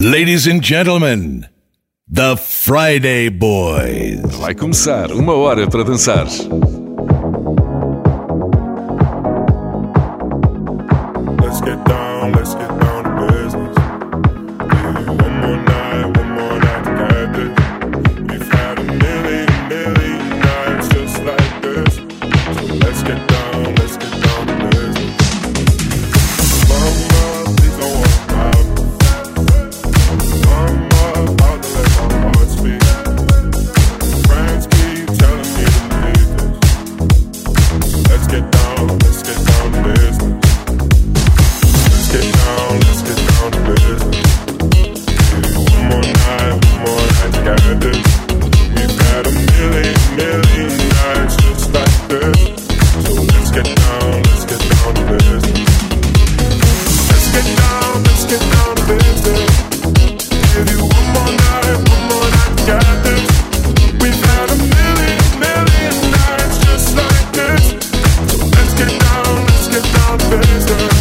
Ladies and gentlemen, the Friday Boys. Vai começar 1 hora para dançar. Let's get down to business. One more night to get this. We've had a million nights just like this. So let's get down to business. Mama, please don't walk out. Mama, about to let my heart speak. Friends keep telling me to leave this. So let's get down to business. Let's get down to business. One more night to get this. We've had a million nights just like this. So let's get down to business. Let's get down to business. Give you one more night to get this. We've had a million nights just like this. So let's get down to business.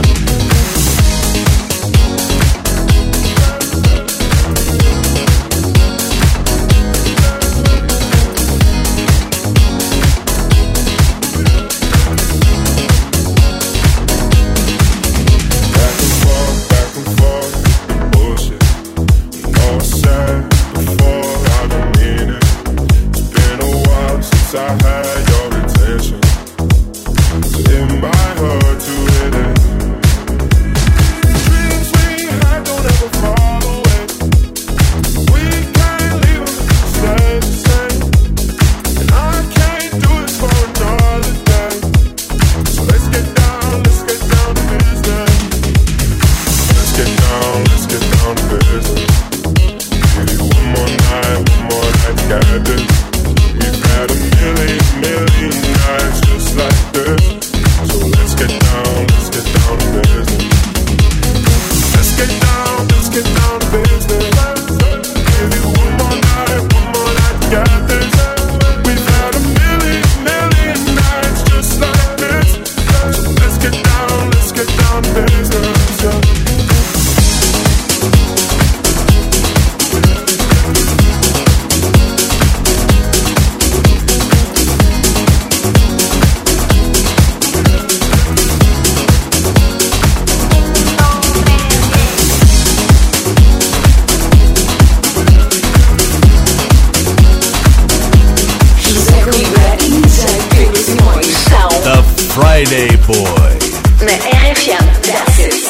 I had your attention, so it might hurt to hit it. Dreams we had don't ever fall away. We can't leave them to stay the same. And I can't do it for another day. So let's get down to business. Let's get down to business. Give you one more night to get this. We've had a million nights just like this. So let's get down to business. Let's get down to business. Give you one more night to get this. We've had a million nights just like this. So let's get down to business. The Friday Boy. Na RFM Dances.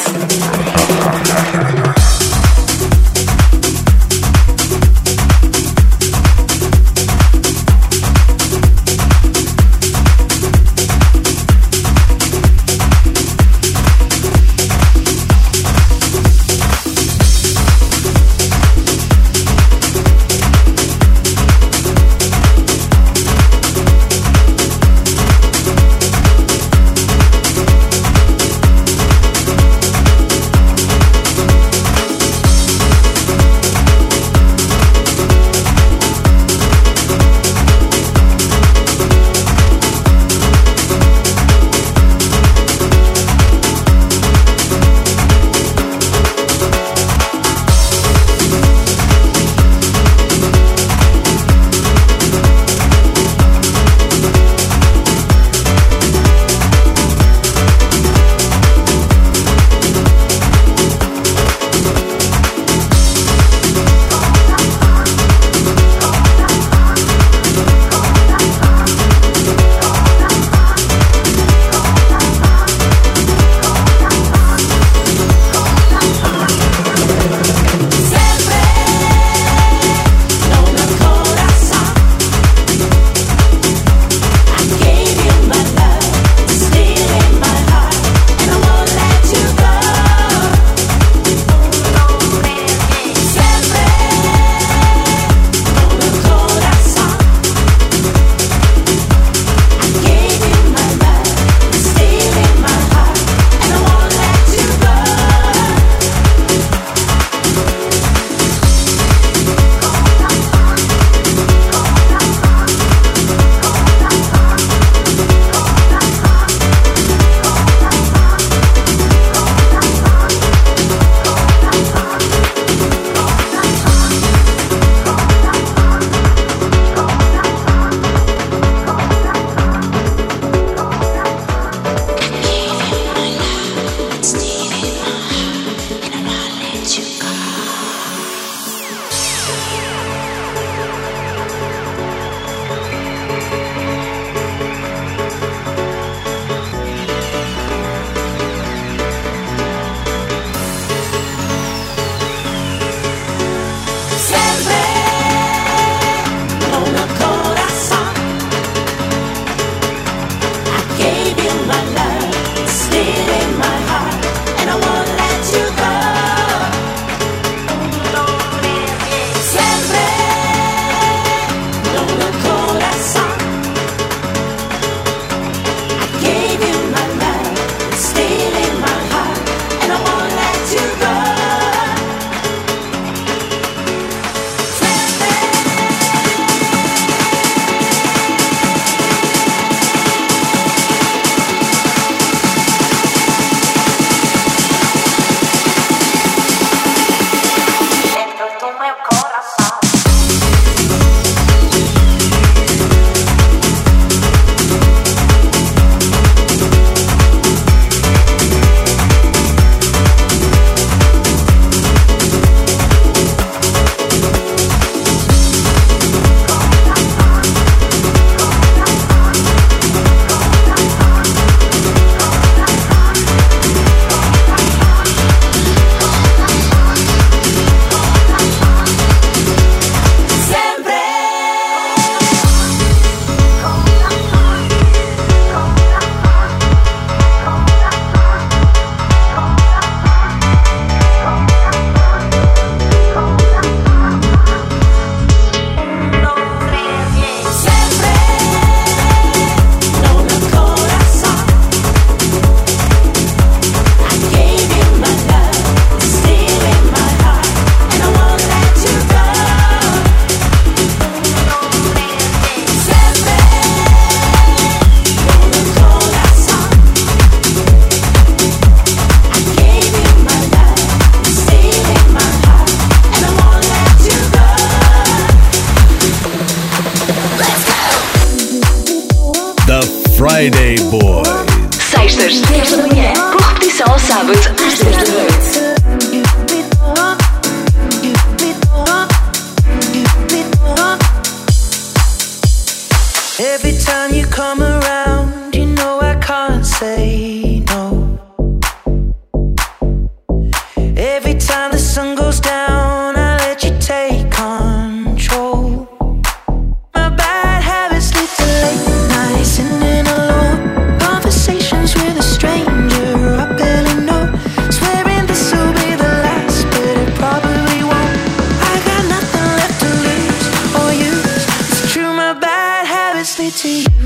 Friday Boys. Sextas, 10 da manhã. Com repetição ao sábado, às 10 da noite. Every time you come around, you know I can't say no. Every time the sun goes down, I let you take control. My bad habits lead to late nights, sitting alone, conversations with a stranger I barely know, swearing this will be the last, but it probably won't. I got nothing left to lose or use. It's true, my bad habits lead to you.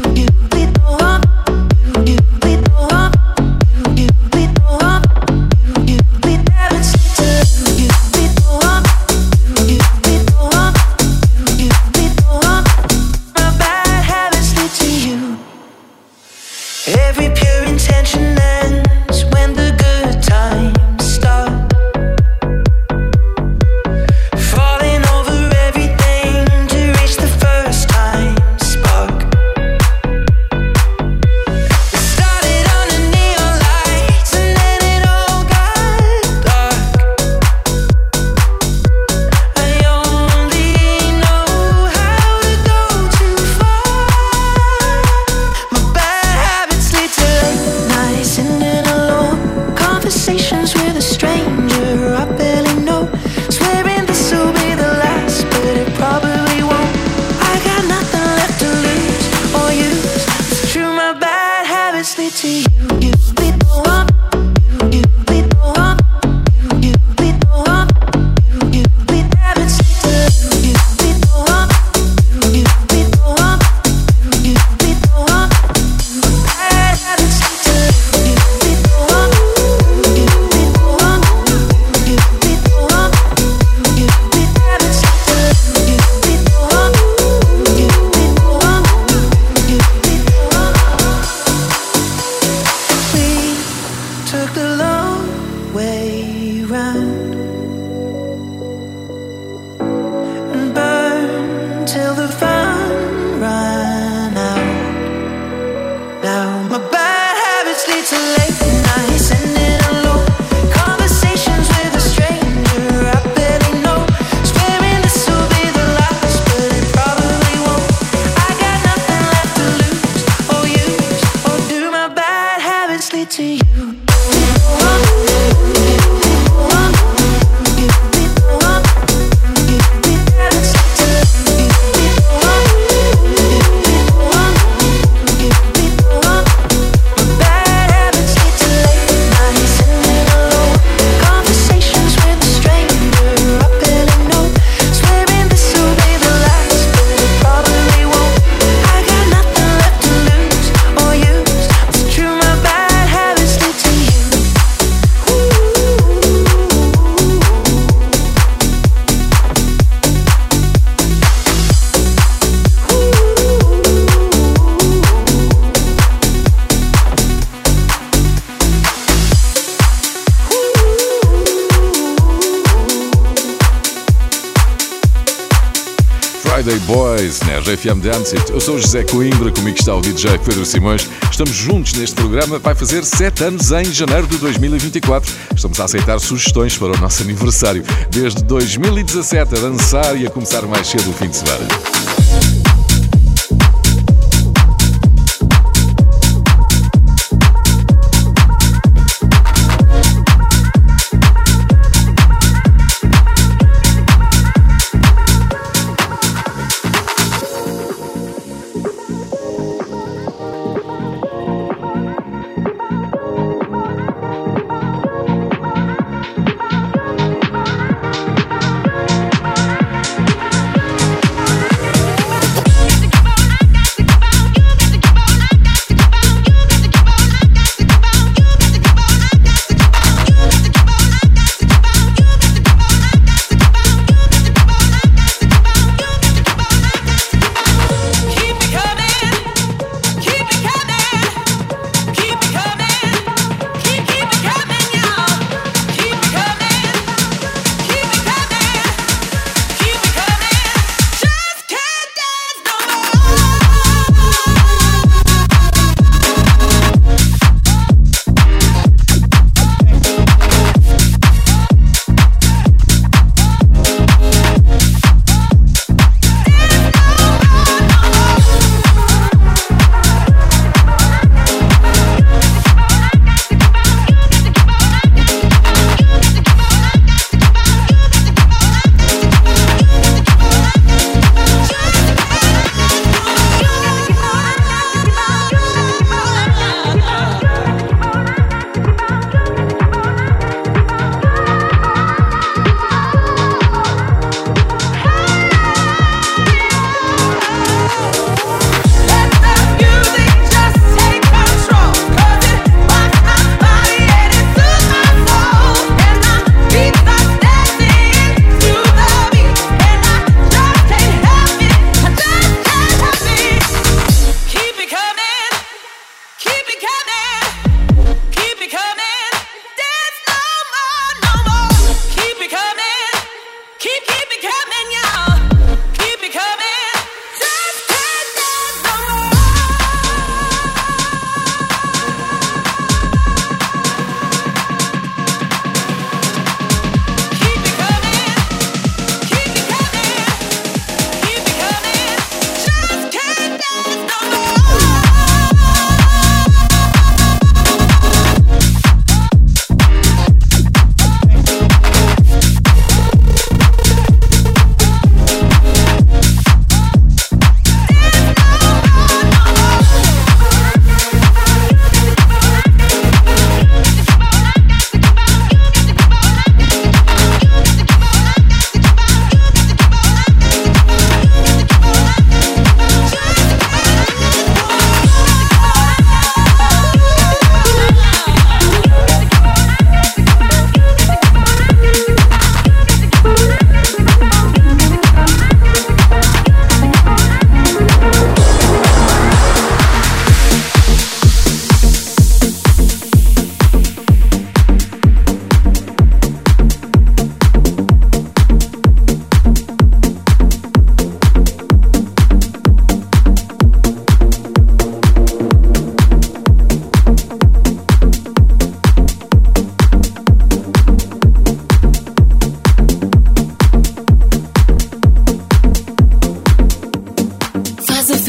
Friday Boys, na RFM Dance It. Eu sou o José Coimbra, comigo está o DJ Pedro Simões. Estamos juntos neste programa, vai fazer 7 anos em janeiro de 2024. Estamos a aceitar sugestões para o nosso aniversário. Desde 2017 a dançar e a começar mais cedo o fim de semana.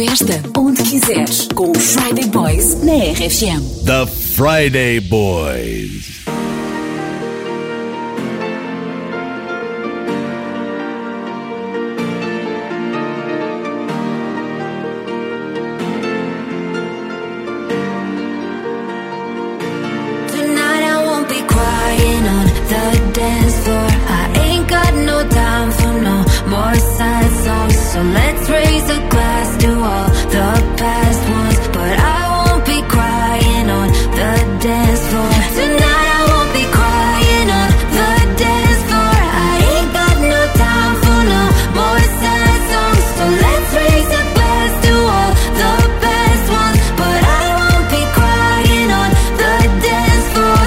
festa, onde quiseres, com os Friday Boys na RFM. The Friday Boys. Tonight I won't be crying on the dance floor. I ain't got no time for no more sad songs. So let's raise a glass to all the past ones. But I won't be crying on the dance floor. Tonight I won't be crying on the dance floor. I ain't got no time for no more sad songs. So let's raise a glass to all the past ones. But I won't be crying on the dance floor.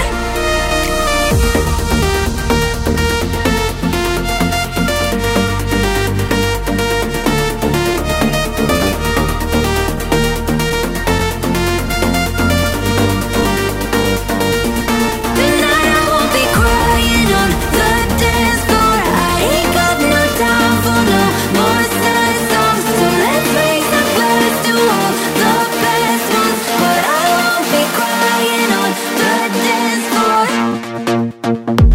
Tonight I won't be crying on the dance floor. I ain't got no time for no more sad songs. So let's raise a glass to all the best ones. But I won't be crying on the dance floor.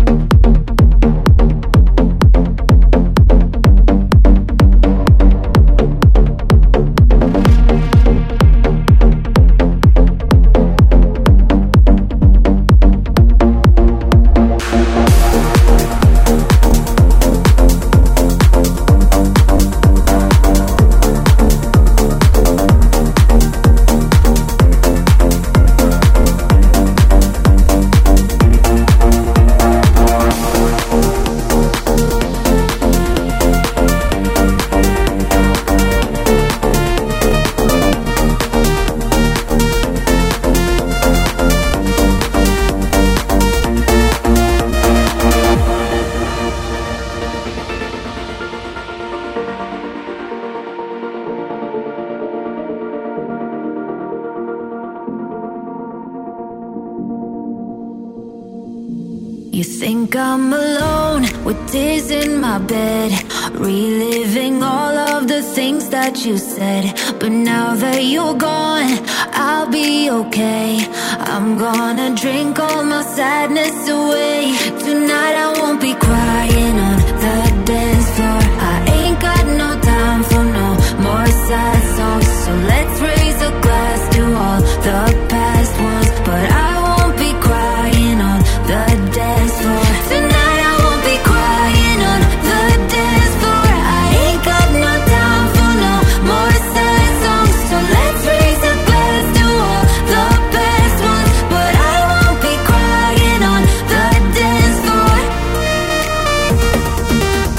You think I'm alone with tears in my bed, reliving all of the things that you said. But now that you're gone, I'll be okay. I'm gonna drink all my sadness away. Tonight I won't be crying on the dance floor. I ain't got no time for no more sad songs. So let's raise a glass to all the past ones. But I won't be crying on the dance floor. Tonight I won't be crying on the dance floor. I ain't got no time for no more sad songs. So let's raise a glass to all the best ones. But I won't be crying on the dance floor.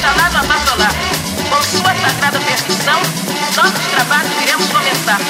instalado a patrolar. Com sua sagrada permissão, nossos trabalhos iremos começar.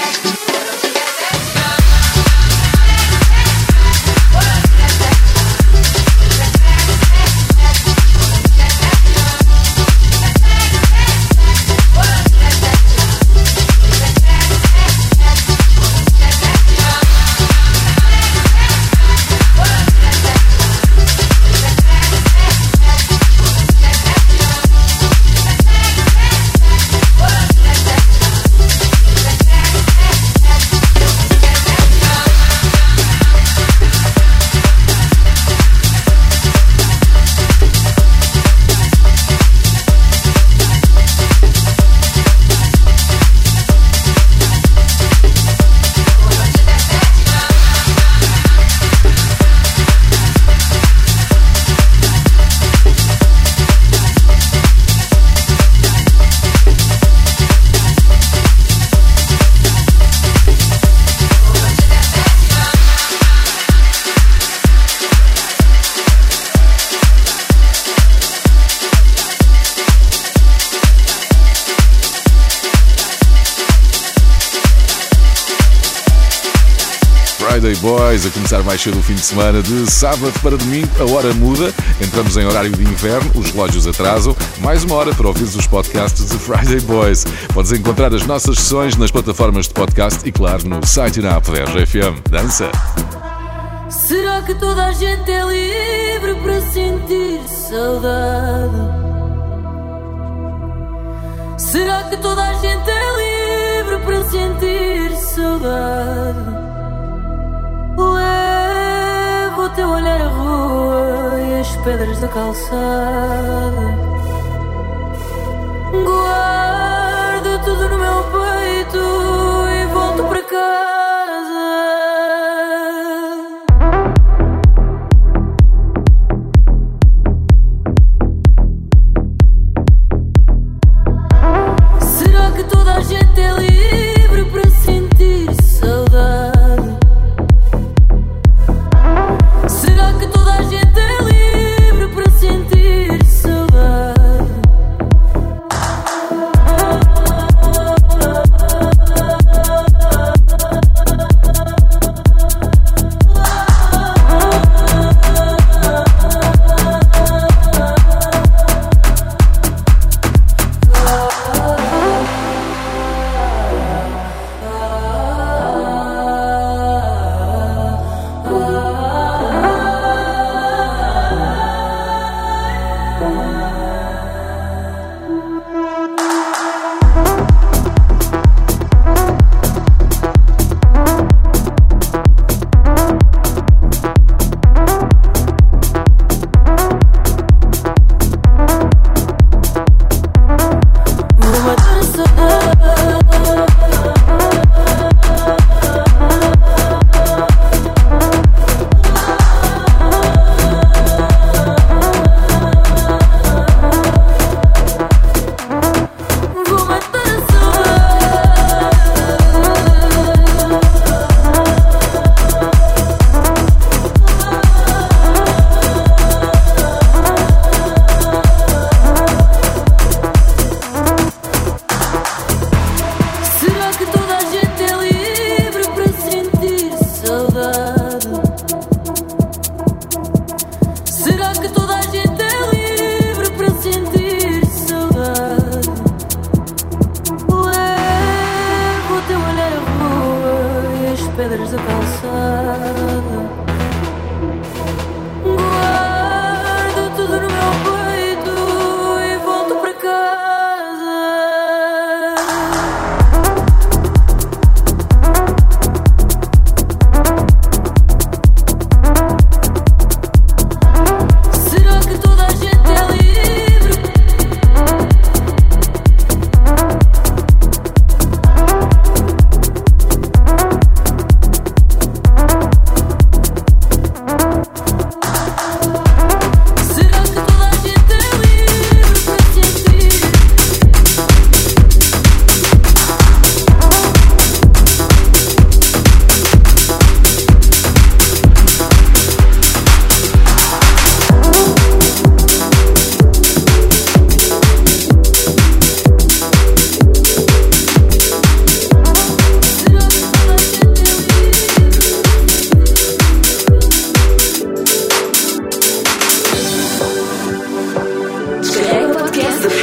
Friday Boys, a começar mais cedo o fim de semana, de sábado para domingo, a hora muda, entramos em horário de inverno, os relógios atrasam, mais uma hora para ouvires os podcasts de Friday Boys. Podes encontrar as nossas sessões nas plataformas de podcast e, claro, no site e na app da RFM. Dança! Será que toda a gente é livre para sentir saudade? Será que toda a gente é livre para sentir saudade? Levo o teu olhar à rua e as pedras da calçada. Guardo tudo no meu peito e volto para casa. Será que toda a gente é livre para sentir saudade? Será que toda a gente é livre para sentir saudade?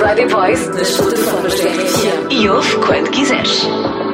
Friday Boys nas plataformas da RFM. E ouve quando quiseres.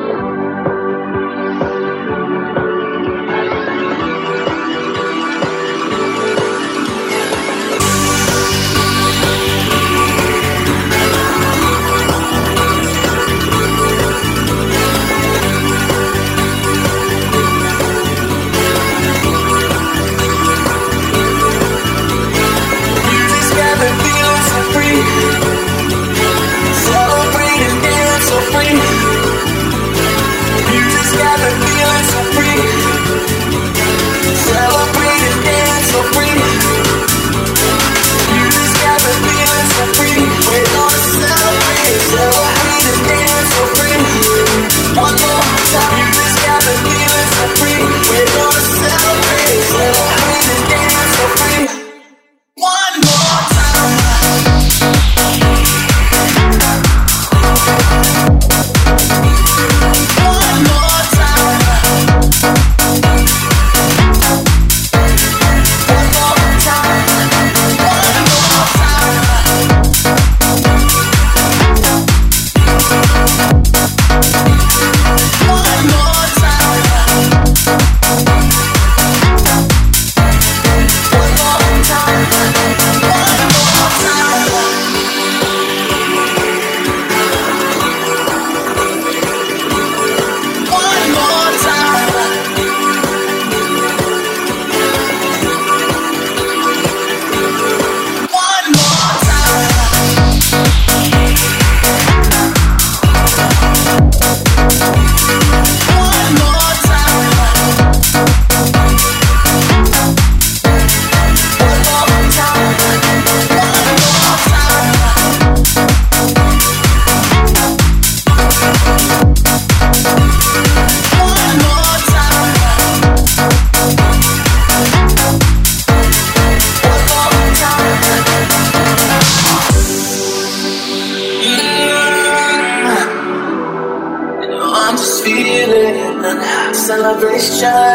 Celebration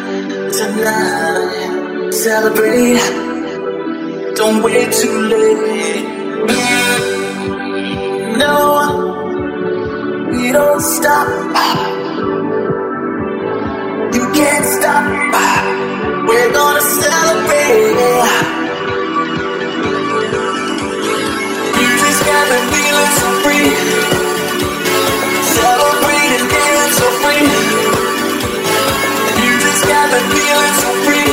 tonight. Celebrate. Don't wait too late. No, we don't stop. You can't stop. We're gonna celebrate. Music's got me feeling so free. Celebrate and dance so free. Got me feeling so free.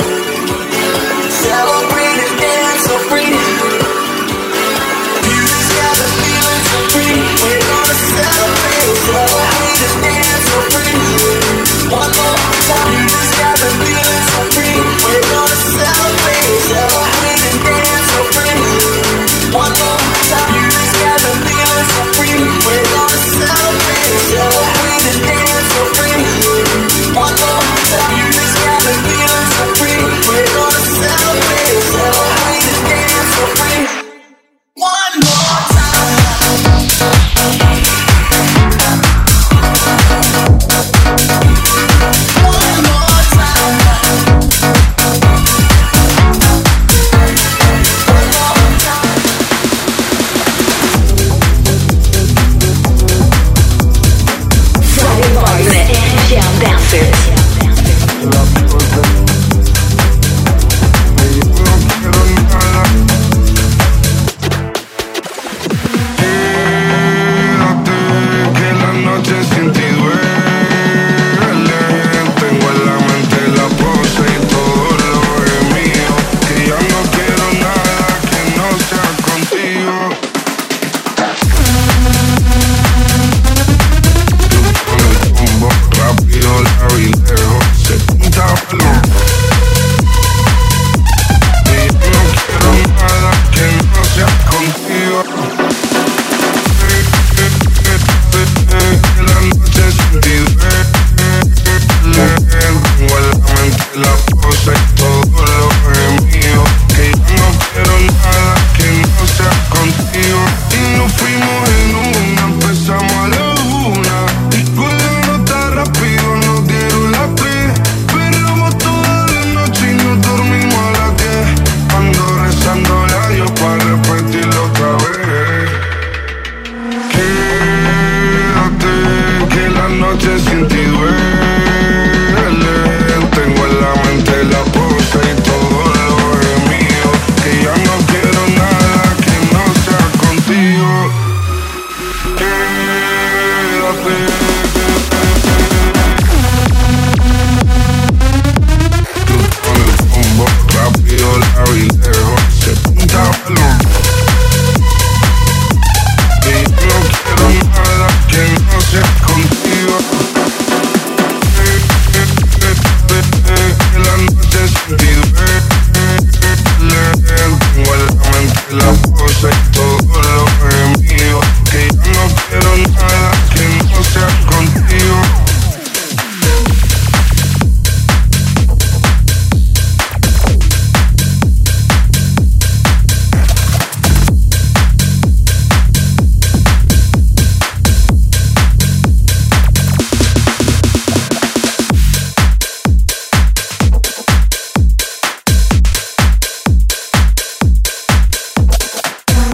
Celebrate and dance so free. Music's got me feeling so free. We're gonna celebrate, celebrate and dance so free. One more time. Music's got me feeling so free. We're gonna celebrate, celebrate.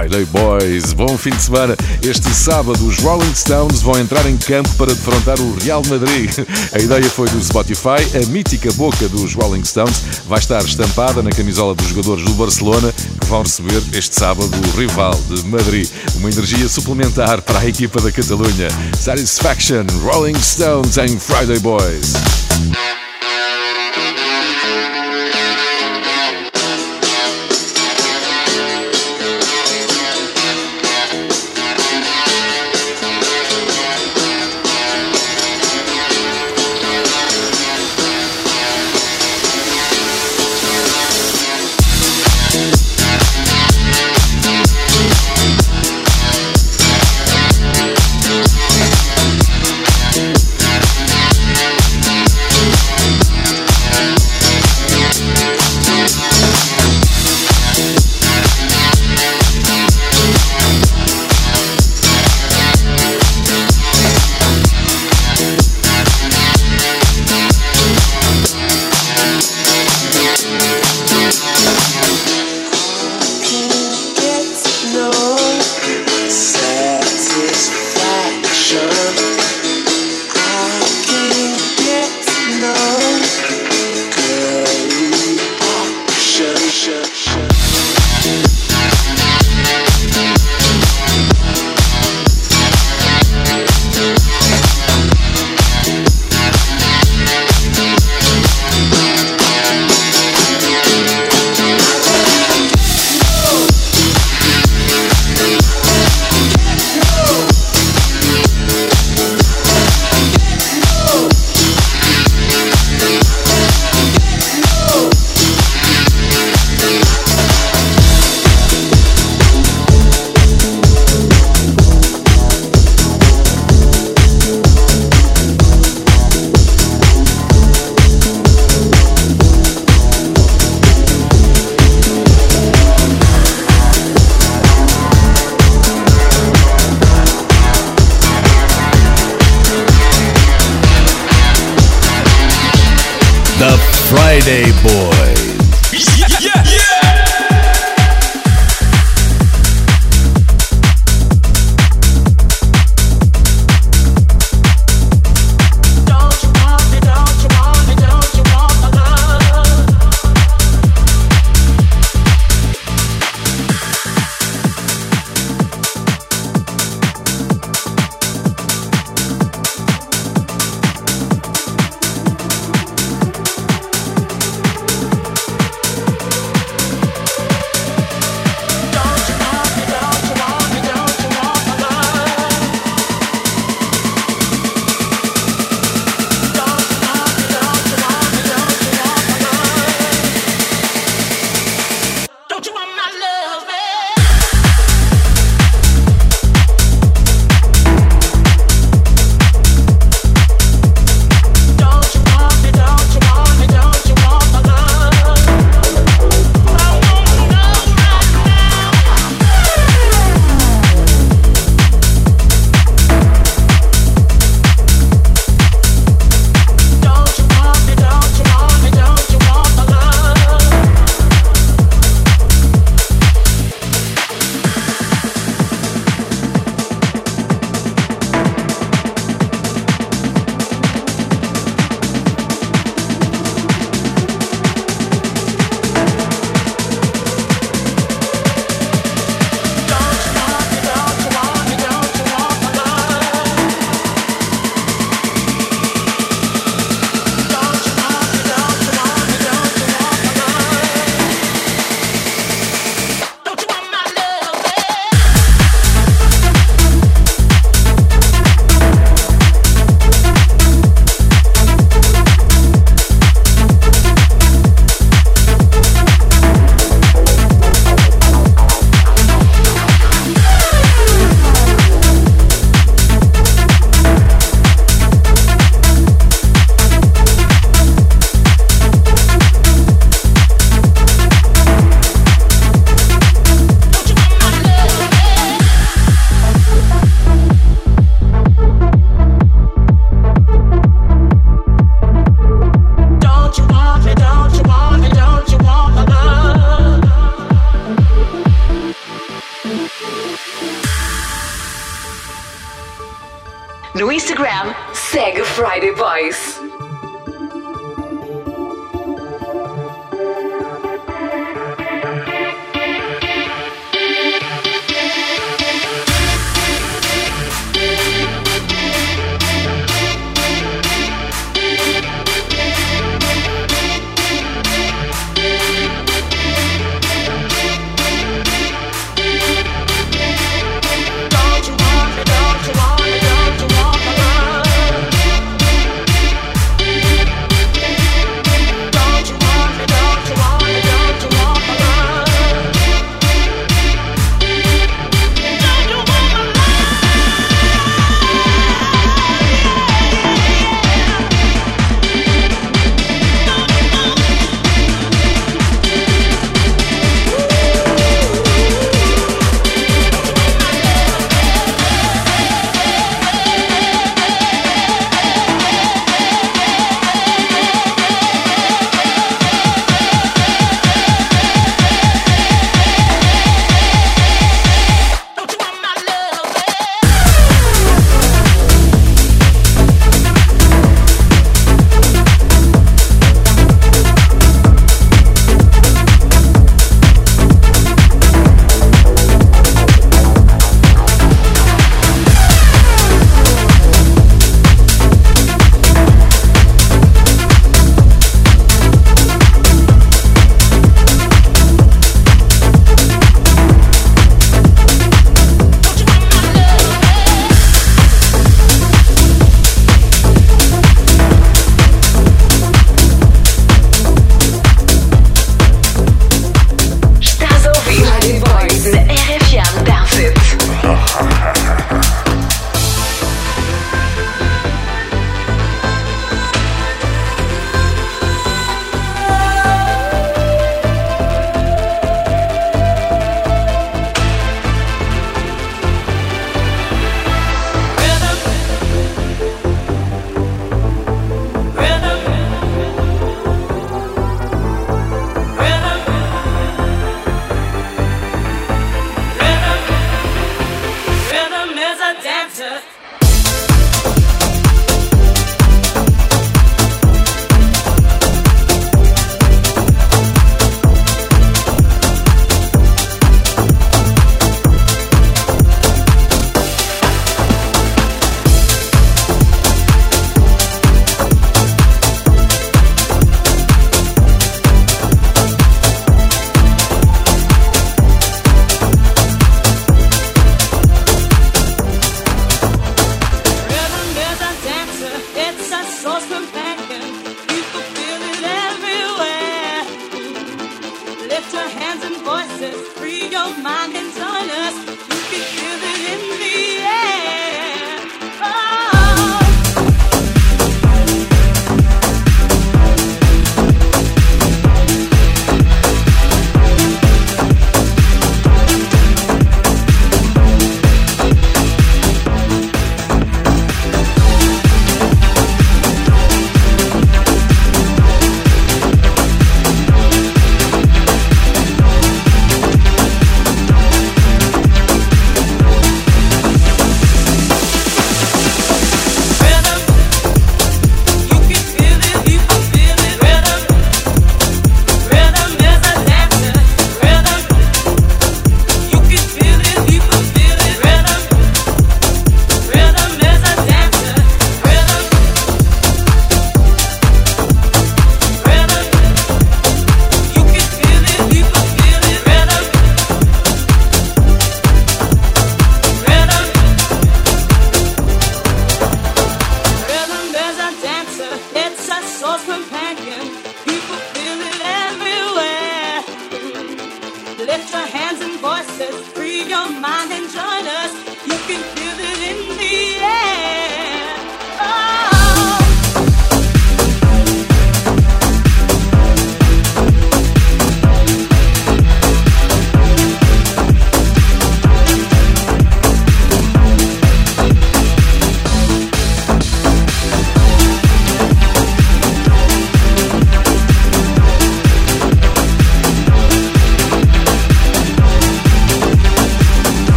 Friday Boys. Bom fim de semana. Este sábado os Rolling Stones vão entrar em campo para defrontar o Real Madrid. A ideia foi do Spotify. A mítica boca dos Rolling Stones vai estar estampada na camisola dos jogadores do Barcelona, que vão receber este sábado o rival de Madrid. Uma energia suplementar para a equipa da Catalunha. Satisfaction, Rolling Stones em Friday Boys. No Instagram, segue Friday Boys.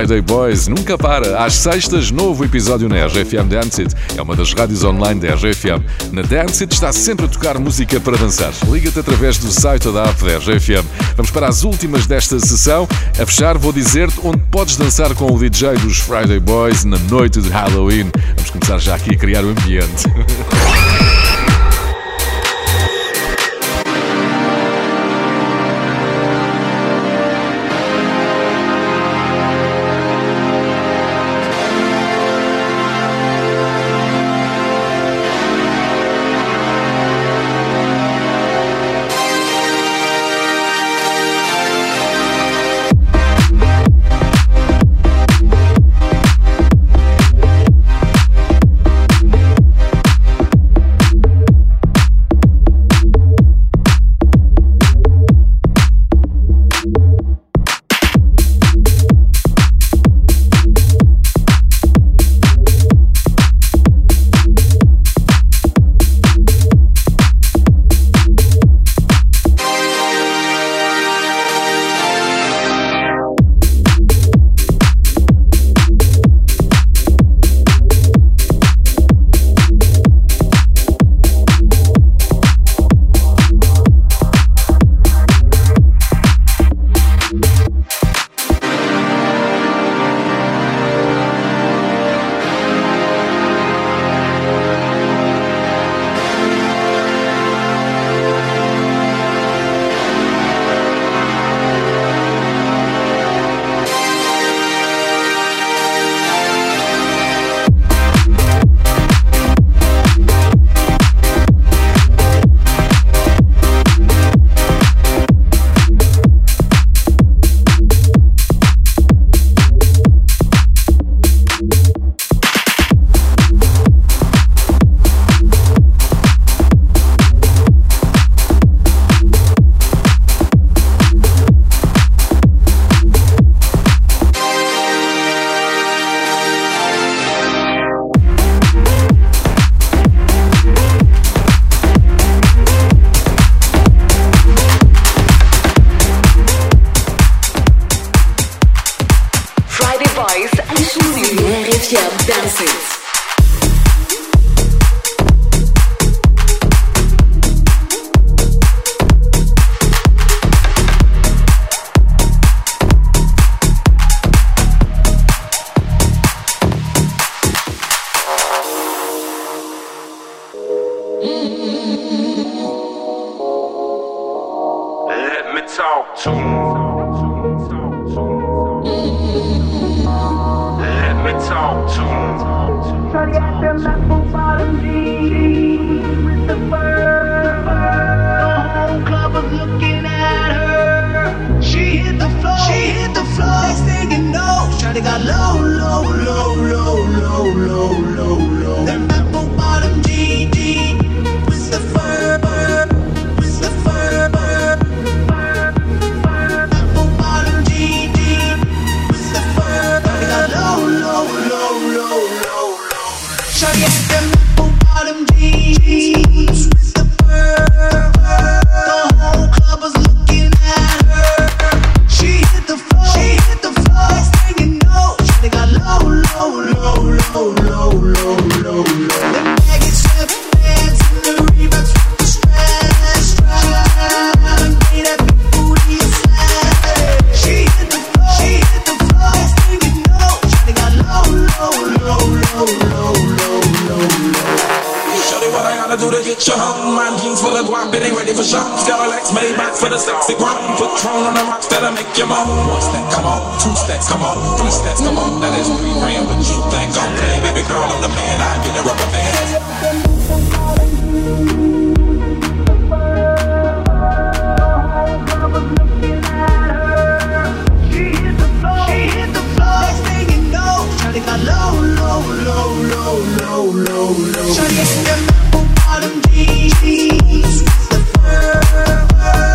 Friday Boys nunca para. Às sextas, novo episódio na RFM Dance It. É uma das rádios online da RFM. Na Dance It está sempre a tocar música para dançar. Liga-te através do site ou da app da RFM. Vamos para as últimas desta sessão. A fechar, vou dizer-te onde podes dançar com o DJ dos Friday Boys na noite de Halloween. Vamos começar já aqui a criar o ambiente.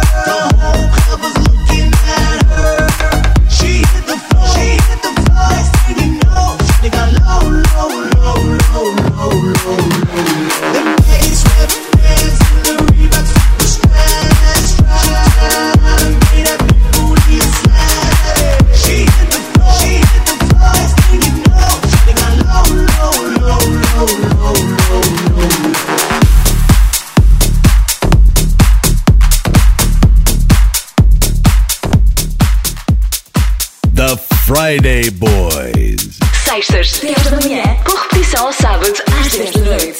She hit the floor. Friday Boys. Sextas, 10 da manhã, com repetição ao sábado às 10 da noite.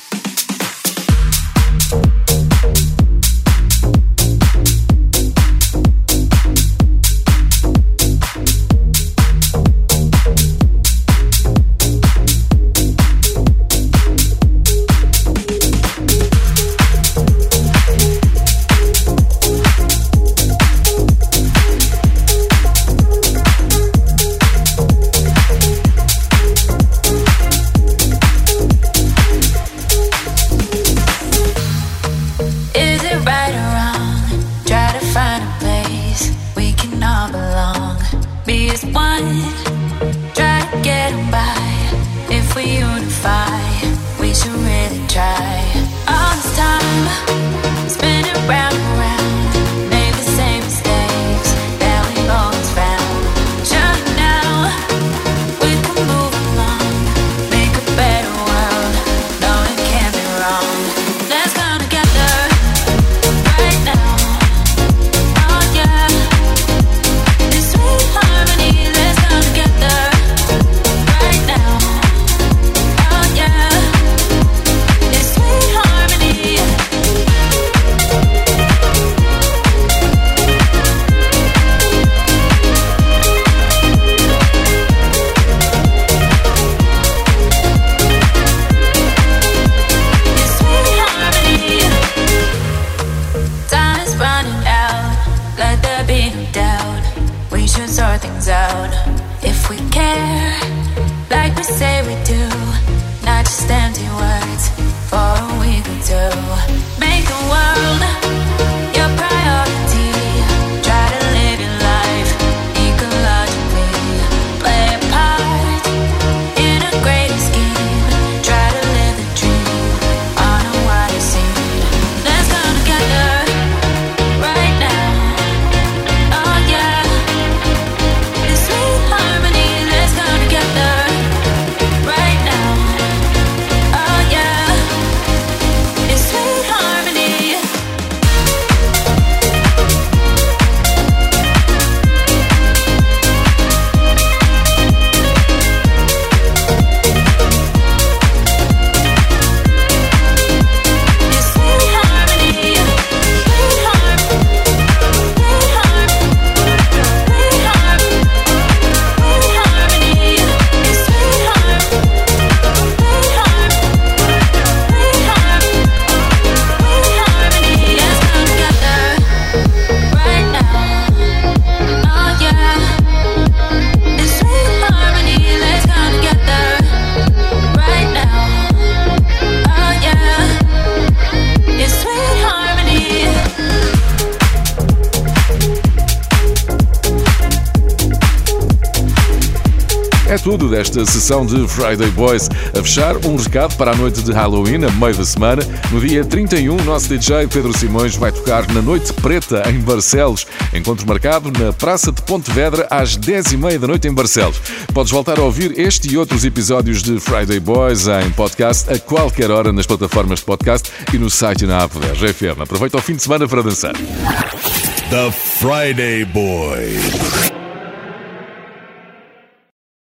É tudo desta sessão de Friday Boys. A fechar, um recado para a noite de Halloween, a meio da semana. No dia 31, o nosso DJ Pedro Simões vai tocar na Noite Preta, em Barcelos. Encontro marcado na Praça de Pontevedra, às 10h30 da noite em Barcelos. Podes voltar a ouvir este e outros episódios de Friday Boys em podcast a qualquer hora nas plataformas de podcast e no site e na app da RFM. Aproveita o fim de semana para dançar. The Friday Boys.